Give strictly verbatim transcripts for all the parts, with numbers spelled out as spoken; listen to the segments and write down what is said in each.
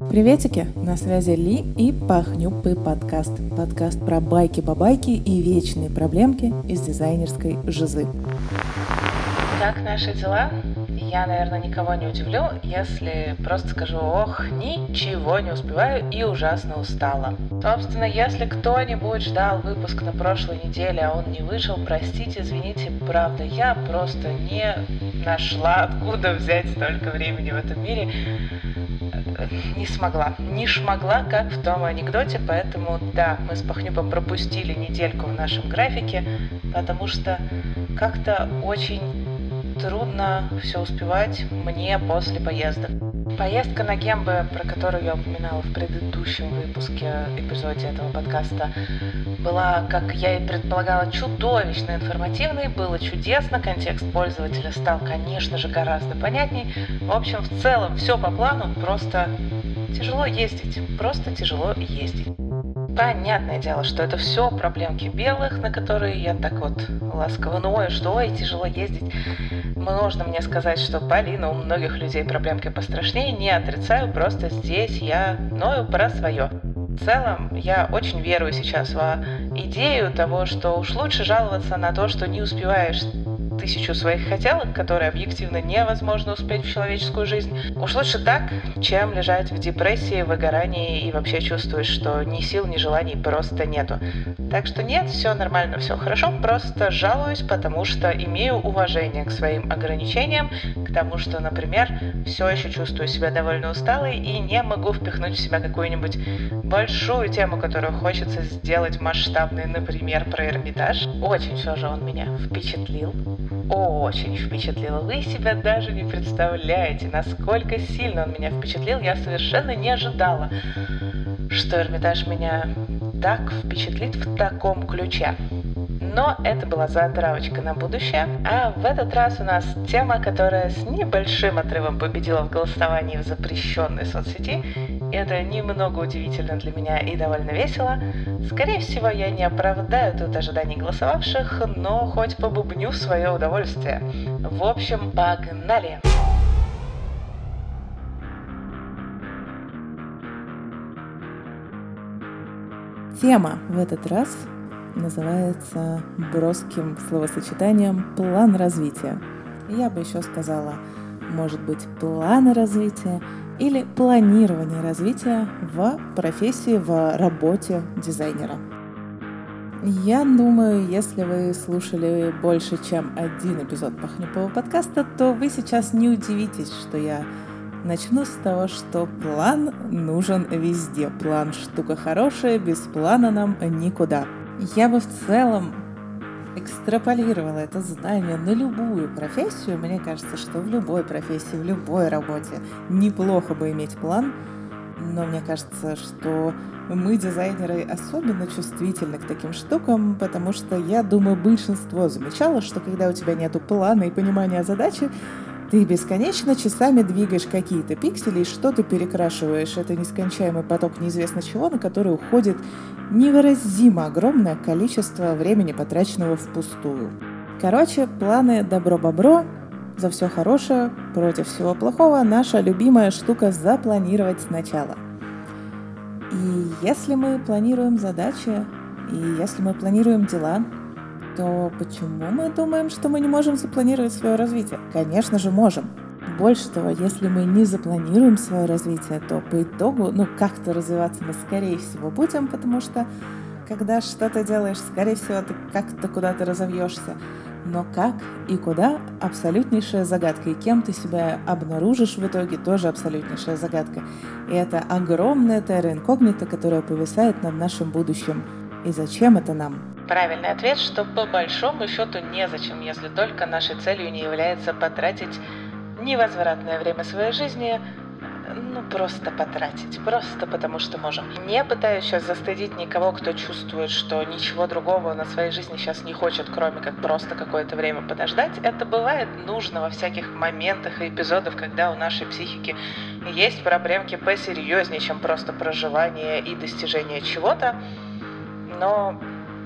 Приветики, на связи Ли и Пахнюпы подкаст. Подкаст про байки-бабайки и вечные проблемки из дизайнерской жизы. Как наши дела? Я, наверное, никого не удивлю, если просто скажу: ох, ничего не успеваю и ужасно устала. Собственно, если кто-нибудь ждал выпуск на прошлой неделе, а он не вышел, простите, извините, правда, я просто не нашла, откуда взять столько времени в этом мире. Не смогла. Не шмогла, как в том анекдоте, поэтому да, мы с Пахнюпом пропустили недельку в нашем графике, потому что как-то очень трудно все успевать мне после поездок. Поездка на Гембе, про которую я упоминала в предыдущем выпуске, эпизоде этого подкаста, была, как я и предполагала, чудовищно информативной, было чудесно, контекст пользователя стал, конечно же, гораздо понятней. В общем, в целом, все по плану, просто тяжело ездить, просто тяжело ездить. Понятное дело, что это все проблемки белых, на которые я так вот ласково ною, что ой, тяжело ездить. Можно мне сказать, что, Полина, у многих людей проблемки пострашнее, не отрицаю, просто здесь я ною про свое. В целом, я очень верую сейчас в идею того, что уж лучше жаловаться на то, что не успеваешь тысячу своих хотелок, которые объективно невозможно успеть в человеческую жизнь. Уж лучше так, чем лежать в депрессии, выгорании и вообще чувствуешь, что ни сил, ни желаний просто нету. Так что нет, все нормально, все хорошо, просто жалуюсь, потому что имею уважение к своим ограничениям, к тому, что, например, все еще чувствую себя довольно усталой и не могу впихнуть в себя какую-нибудь большую тему, которую хочется сделать масштабной, например, про Эрмитаж. Очень все же он меня впечатлил. Очень впечатлил. Вы себя даже не представляете, насколько сильно он меня впечатлил. Я совершенно не ожидала, что Эрмитаж меня так впечатлит в таком ключе. Но это была затравочка на будущее. А в этот раз у нас тема, которая с небольшим отрывом победила в голосовании в запрещенной соцсети. Это немного удивительно для меня и довольно весело. Скорее всего, я не оправдаю тут ожиданий голосовавших, но хоть побубню в свое удовольствие. В общем, погнали! Тема в этот раз называется броским словосочетанием «план развития». Я бы еще сказала, может быть, планы развития или планирование развития в профессии, в работе дизайнера. Я думаю, если вы слушали больше, чем один эпизод Пахнюпова подкаста, то вы сейчас не удивитесь, что я начну с того, что план нужен везде. План — штука хорошая, без плана нам никуда. Я бы в целом экстраполировала это знание на любую профессию. Мне кажется, что в любой профессии, в любой работе неплохо бы иметь план, но мне кажется, что мы, дизайнеры, особенно чувствительны к таким штукам, потому что, я думаю, большинство замечало, что когда у тебя нету плана и понимания задачи, ты бесконечно часами двигаешь какие-то пиксели и что-то перекрашиваешь. Это нескончаемый поток неизвестно чего, на который уходит невыразимо огромное количество времени, потраченного впустую. Короче, планы добро-бобро, за все хорошее, против всего плохого, наша любимая штука — запланировать сначала. И если мы планируем задачи, и если мы планируем дела, то почему мы думаем, что мы не можем запланировать свое развитие? Конечно же, можем. Больше того, если мы не запланируем свое развитие, то по итогу, ну, как-то развиваться мы, скорее всего, будем, потому что, когда что-то делаешь, скорее всего, ты как-то куда-то разовьешься. Но как и куда — абсолютнейшая загадка. И кем ты себя обнаружишь в итоге — тоже абсолютнейшая загадка. И это огромная терра инкогнита, которая повисает над нашим будущим. И зачем это нам? Правильный ответ, что по большому счету незачем, если только нашей целью не является потратить невозвратное время своей жизни, ну просто потратить, просто потому что можем. Не пытаюсь сейчас застыдить никого, кто чувствует, что ничего другого на своей жизни сейчас не хочет, кроме как просто какое-то время подождать. Это бывает нужно во всяких моментах и эпизодах, когда у нашей психики есть проблемки посерьезнее, чем просто проживание и достижение чего-то. Но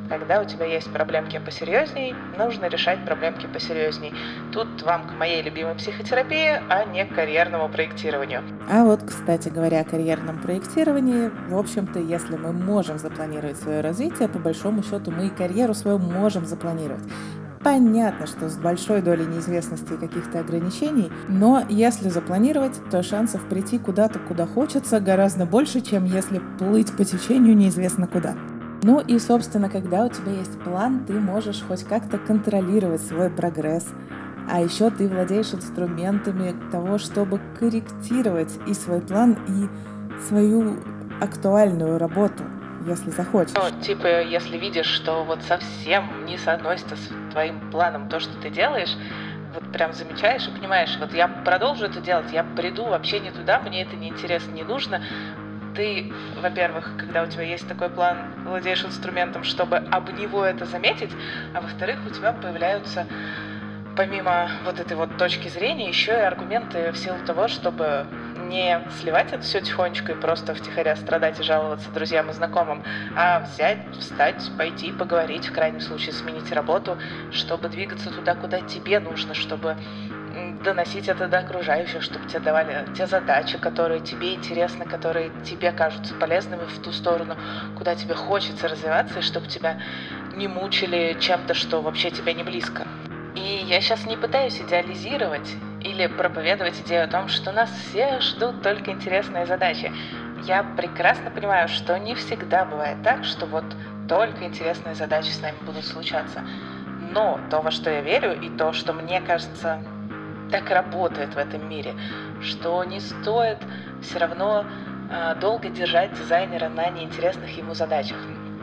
Когда у тебя есть проблемки посерьезней, нужно решать проблемки посерьезней. Тут вам к моей любимой психотерапии, а не к карьерному проектированию. А вот, кстати говоря, о карьерном проектировании, в общем-то, если мы можем запланировать свое развитие, по большому счету мы и карьеру свою можем запланировать. Понятно, что с большой долей неизвестности и каких-то ограничений, но если запланировать, то шансов прийти куда-то, куда хочется, гораздо больше, чем если плыть по течению неизвестно куда. Ну и, собственно, когда у тебя есть план, ты можешь хоть как-то контролировать свой прогресс. А еще ты владеешь инструментами того, чтобы корректировать и свой план, и свою актуальную работу, если захочешь. Ну, типа, если видишь, что вот совсем не соотносится с твоим планом то, что ты делаешь, вот прям замечаешь и понимаешь, вот я продолжу это делать, я приду вообще не туда, мне это не интересно, не нужно. Ты, во-первых, когда у тебя есть такой план, владеешь инструментом, чтобы об него это заметить, а во-вторых, у тебя появляются, помимо вот этой вот точки зрения, еще и аргументы в силу того, чтобы не сливать это все тихонечко и просто втихаря страдать и жаловаться друзьям и знакомым, а взять, встать, пойти, поговорить, в крайнем случае сменить работу, чтобы двигаться туда, куда тебе нужно, чтобы доносить это до окружающих, чтобы тебе давали те задачи, которые тебе интересны, которые тебе кажутся полезными в ту сторону, куда тебе хочется развиваться, и чтобы тебя не мучили чем-то, что вообще тебе не близко. И я сейчас не пытаюсь идеализировать или проповедовать идею о том, что нас все ждут только интересные задачи. Я прекрасно понимаю, что не всегда бывает так, что вот только интересные задачи с нами будут случаться. Но то, во что я верю, и то, что мне кажется так работает в этом мире, что не стоит все равно э, долго держать дизайнера на неинтересных ему задачах.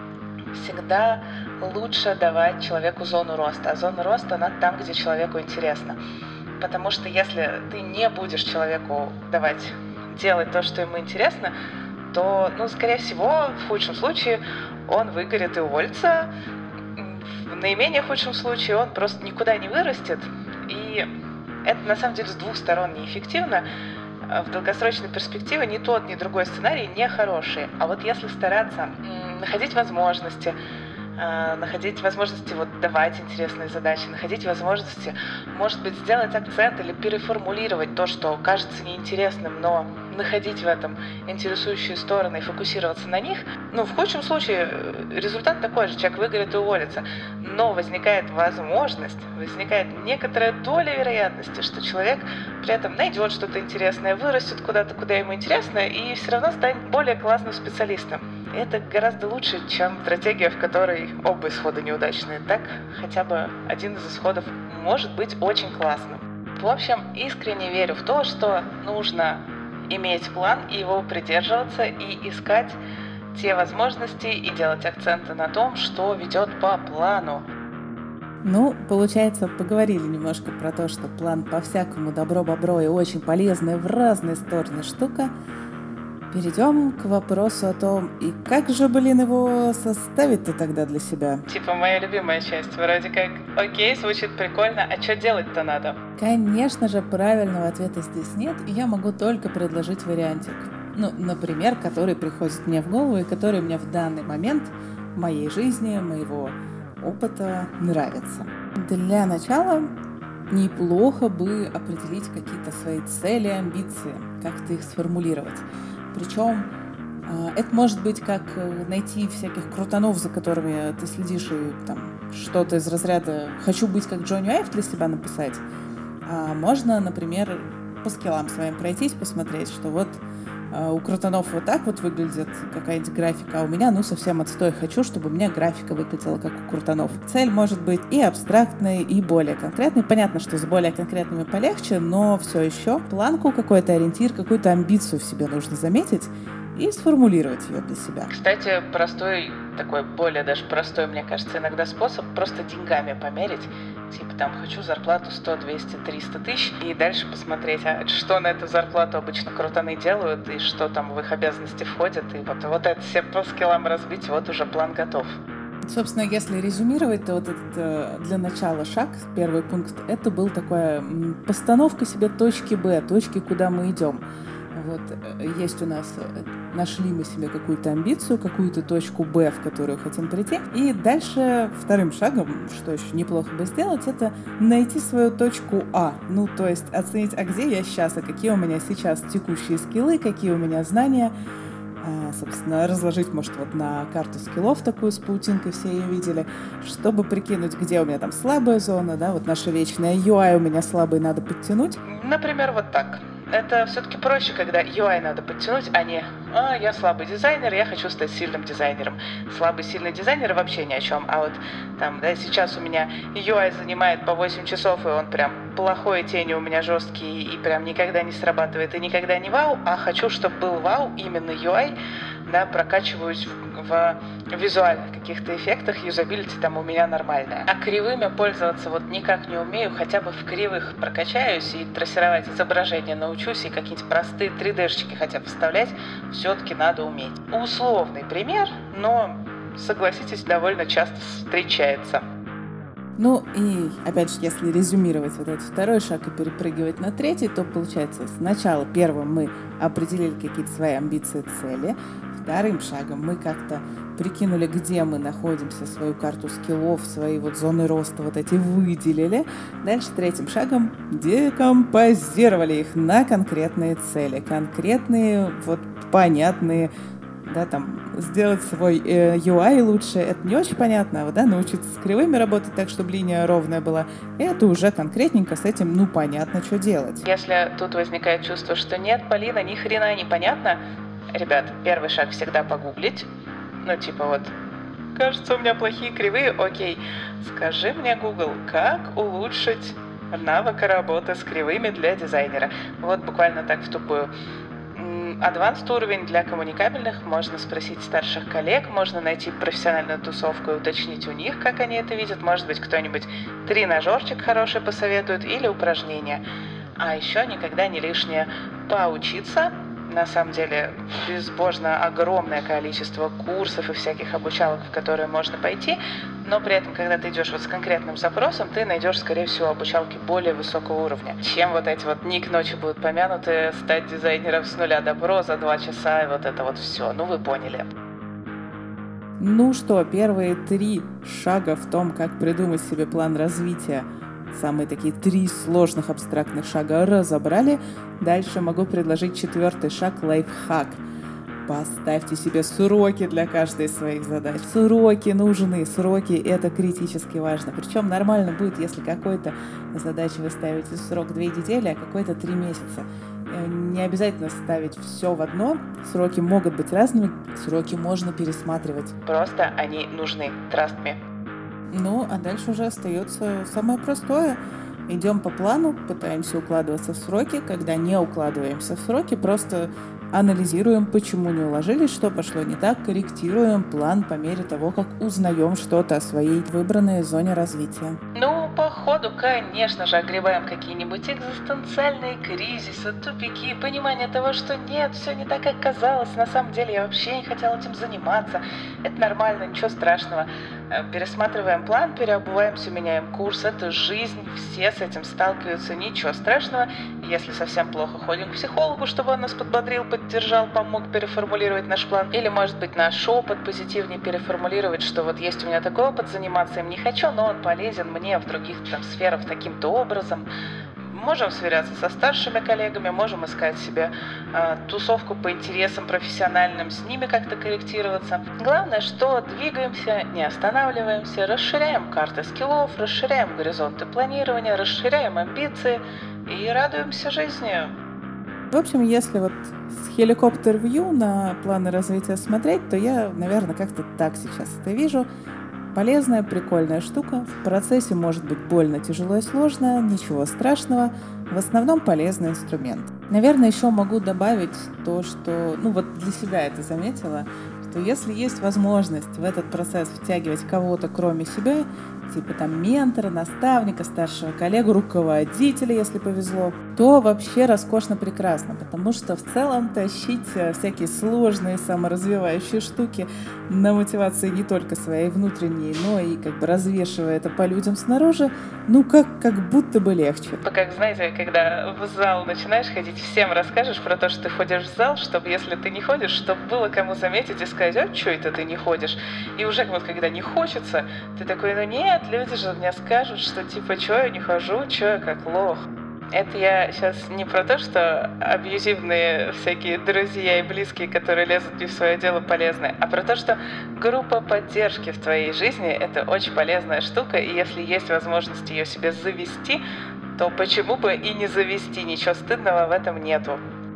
Всегда лучше давать человеку зону роста, а зона роста, она там, где человеку интересно. Потому что если ты не будешь человеку давать делать то, что ему интересно, то, ну, скорее всего, в худшем случае он выгорит и уволится. В наименее худшем случае он просто никуда не вырастет, и это, на самом деле, с двух сторон неэффективно. В долгосрочной перспективе ни тот, ни другой сценарий не хороший. А вот если стараться находить возможности, находить возможности вот давать интересные задачи, находить возможности, может быть, сделать акцент или переформулировать то, что кажется неинтересным, но находить в этом интересующие стороны и фокусироваться на них, ну, в худшем случае результат такой же, человек выгорит и уволится. Но возникает возможность, возникает некоторая доля вероятности, что человек при этом найдет что-то интересное, вырастет куда-то, куда ему интересно, и все равно станет более классным специалистом. Это гораздо лучше, чем стратегия, в которой оба исхода неудачные. Так хотя бы один из исходов может быть очень классным. В общем, искренне верю в то, что нужно иметь план и его придерживаться, и искать те возможности и делать акценты на том, что ведет по плану. Ну, получается, поговорили немножко про то, что план по-всякому добро-бобро и очень полезная в разные стороны штука. Перейдем к вопросу о том, и как же, блин, его составить-то тогда для себя? Типа моя любимая часть, вроде как, окей, звучит прикольно, а что делать-то надо? Конечно же, правильного ответа здесь нет, и я могу только предложить вариантик. Ну, например, который приходит мне в голову и который мне в данный момент моей жизни, моего опыта нравится. Для начала неплохо бы определить какие-то свои цели, амбиции, как-то их сформулировать. Причем это может быть как найти всяких крутанов, за которыми ты следишь, и там что-то из разряда «хочу быть как Джонни Айв» для себя написать. А можно, например, по скиллам своим пройтись, посмотреть, что вот у крутанов вот так вот выглядит какая-нибудь графика, а у меня, ну, совсем отстой. Хочу, чтобы у меня графика выглядела как у крутанов. Цель может быть и абстрактной, и более конкретной. Понятно, что с более конкретными полегче, но все еще планку, какой-то ориентир, какую-то амбицию в себе нужно заметить и сформулировать ее для себя. Кстати, простой, такой более даже простой, мне кажется, иногда способ просто деньгами померить. Типа там хочу зарплату сто, двести, триста тысяч, и дальше посмотреть, а что на эту зарплату обычно крутаны делают, и что там в их обязанности входит, и вот, вот это все по скиллам разбить, вот уже план готов. Собственно, если резюмировать, то вот этот для начала шаг, первый пункт, это был такая постановка себе точки Б, точки, куда мы идем. Вот есть у нас, нашли мы себе какую-то амбицию, какую-то точку Б, в которую хотим прийти. И дальше вторым шагом, что еще неплохо бы сделать, это найти свою точку А. Ну, то есть оценить, а где я сейчас, а какие у меня сейчас текущие скиллы, какие у меня знания. А, собственно, разложить, может, вот на карту скиллов такую с паутинкой, все ее видели, чтобы прикинуть, где у меня там слабая зона, да, вот наша вечная ю ай у меня слабый, надо подтянуть. Например, вот так. Это все-таки проще, когда ю ай надо подтянуть, а не «А, я слабый дизайнер, я хочу стать сильным дизайнером». Слабый, сильный дизайнер вообще ни о чем. А вот там, да, сейчас у меня ю ай занимает по восемь часов, и он прям плохой, тени у меня жесткие, и прям никогда не срабатывает, и никогда не вау, а хочу, чтобы был вау, именно ю ай, да, прокачиваюсь в, в визуальных каких-то эффектах, юзабилити там у меня нормальная. А кривыми пользоваться вот никак не умею, хотя бы в кривых прокачаюсь и трассировать изображения научусь, и какие-нибудь простые три дэ-шечки хотя бы вставлять все-таки надо уметь. Условный пример, но, согласитесь, довольно часто встречается. Ну и, опять же, если резюмировать вот этот второй шаг и перепрыгивать на третий, то получается сначала первым мы определили какие-то свои амбиции, цели. Вторым шагом мы как-то прикинули, где мы находимся, свою карту скиллов, свои вот зоны роста вот эти выделили. Дальше третьим шагом декомпозировали их на конкретные цели, конкретные, вот понятные, да, там, сделать свой э, ю ай лучше, это не очень понятно, а вот, да, научиться с кривыми работать так, чтобы линия ровная была, это уже конкретненько с этим, ну, понятно, что делать. Если тут возникает чувство, что нет, Полина, ни хрена не понятно, ребят, первый шаг всегда погуглить, ну, типа вот, кажется, у меня плохие кривые, окей, скажи мне, Google, как улучшить навык работы с кривыми для дизайнера? Вот буквально так в тупую. Advanced уровень для коммуникабельных, можно спросить старших коллег, можно найти профессиональную тусовку и уточнить у них, как они это видят. Может быть, кто-нибудь тренажерчик хороший посоветует или упражнения. А еще никогда не лишнее поучиться. На самом деле, безбожно огромное количество курсов и всяких обучалок, в которые можно пойти, но при этом, когда ты идешь вот с конкретным запросом, ты найдешь, скорее всего, обучалки более высокого уровня, чем вот эти вот дни к ночи будут помянуты, стать дизайнером с нуля до про за два часа, и вот это вот все. Ну, вы поняли. Ну что, первые три шага в том, как придумать себе план развития, самые такие три сложных абстрактных шага разобрали. Дальше могу предложить четвертый шаг — лайфхак. Поставьте себе сроки для каждой из своих задач. Сроки нужны, сроки — это критически важно. Причем нормально будет, если какой-то задаче вы ставите срок две недели, а какой-то три месяца. Не обязательно ставить все в одно. Сроки могут быть разными, сроки можно пересматривать. Просто они нужны, trust me. Ну, а дальше уже остается самое простое. Идем по плану, пытаемся укладываться в сроки. Когда не укладываемся в сроки, просто анализируем, почему не уложились, что пошло не так, корректируем план по мере того, как узнаем что-то о своей выбранной зоне развития. Ну, по ходу, конечно же, огребаем какие-нибудь экзистенциальные кризисы, тупики, понимание того, что нет, все не так, как казалось, на самом деле я вообще не хотела этим заниматься. Это нормально, ничего страшного. Пересматриваем план, переобуваемся, меняем курс. Это жизнь, все с этим сталкиваются, ничего страшного. Если совсем плохо, ходим к психологу, чтобы он нас подбодрил, поддержал, помог переформулировать наш план. Или, может быть, наш опыт позитивнее переформулировать, что вот есть у меня такой опыт, заниматься им не хочу, но он полезен мне в других там сферах таким-то образом. Можем сверяться со старшими коллегами, можем искать себе э, тусовку по интересам профессиональным, с ними как-то корректироваться. Главное, что двигаемся, не останавливаемся, расширяем карты скиллов, расширяем горизонты планирования, расширяем амбиции и радуемся жизни. В общем, если вот с хеликоптер-вью на планы развития смотреть, то я, наверное, как-то так сейчас это вижу. Полезная, прикольная штука. В процессе может быть больно, тяжело и сложно, ничего страшного. В основном полезный инструмент. Наверное, еще могу добавить то, что, ну вот для себя это заметила, что если есть возможность в этот процесс втягивать кого-то кроме себя, типа там ментора, наставника, старшего коллегу, руководителя, если повезло, то вообще роскошно прекрасно, потому что в целом тащить всякие сложные саморазвивающие штуки на мотивации не только своей внутренней, но и как бы развешивая это по людям снаружи, ну как, как будто бы легче. Как, знаете, когда в зал начинаешь ходить, всем расскажешь про то, что ты ходишь в зал, чтобы, если ты не ходишь, чтобы было кому заметить и сказать: а что это ты не ходишь? И уже вот когда не хочется, ты такой: ну нет, люди же мне скажут, что типа, что я не хожу, что я как лох. Это я сейчас не про то, что абьюзивные всякие друзья и близкие, которые лезут не в свое дело, полезны, а про то, что группа поддержки в твоей жизни — это очень полезная штука, и если есть возможность ее себе завести, то почему бы и не завести? Ничего стыдного в этом нету.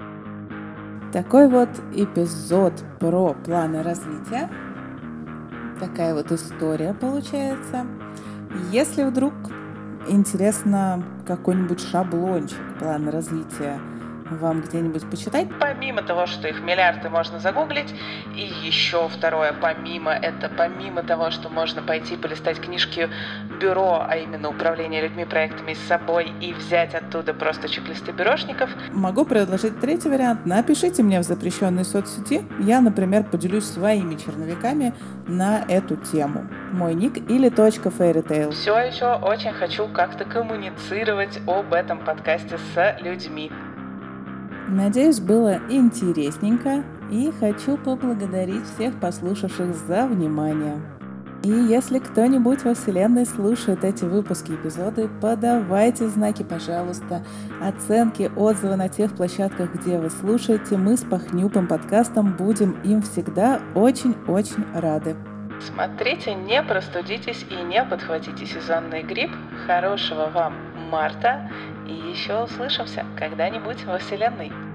Такой вот эпизод про планы развития. Такая вот история получается. Если вдруг интересно какой-нибудь шаблончик плана развития вам где-нибудь почитать, помимо того, что их миллиарды можно загуглить, и еще второе, помимо это, помимо того, что можно пойти полистать книжки бюро, а именно управление людьми, проектами с собой, и взять оттуда просто чек-листы бюрошников, могу предложить третий вариант. Напишите мне в запрещенной соцсети, я, например, поделюсь своими черновиками на эту тему. Мой ник или точка fairytale. Все еще очень хочу как-то коммуницировать об этом подкасте с людьми. Надеюсь, было интересненько, и хочу поблагодарить всех послушавших за внимание. И если кто-нибудь во Вселенной слушает эти выпуски, эпизоды, подавайте знаки, пожалуйста, оценки, отзывы на тех площадках, где вы слушаете. Мы с Пахнюпом подкастом будем им всегда очень-очень рады. Смотрите, не простудитесь и не подхватите сезонный грипп. Хорошего вам марта, и еще услышимся когда-нибудь во Вселенной.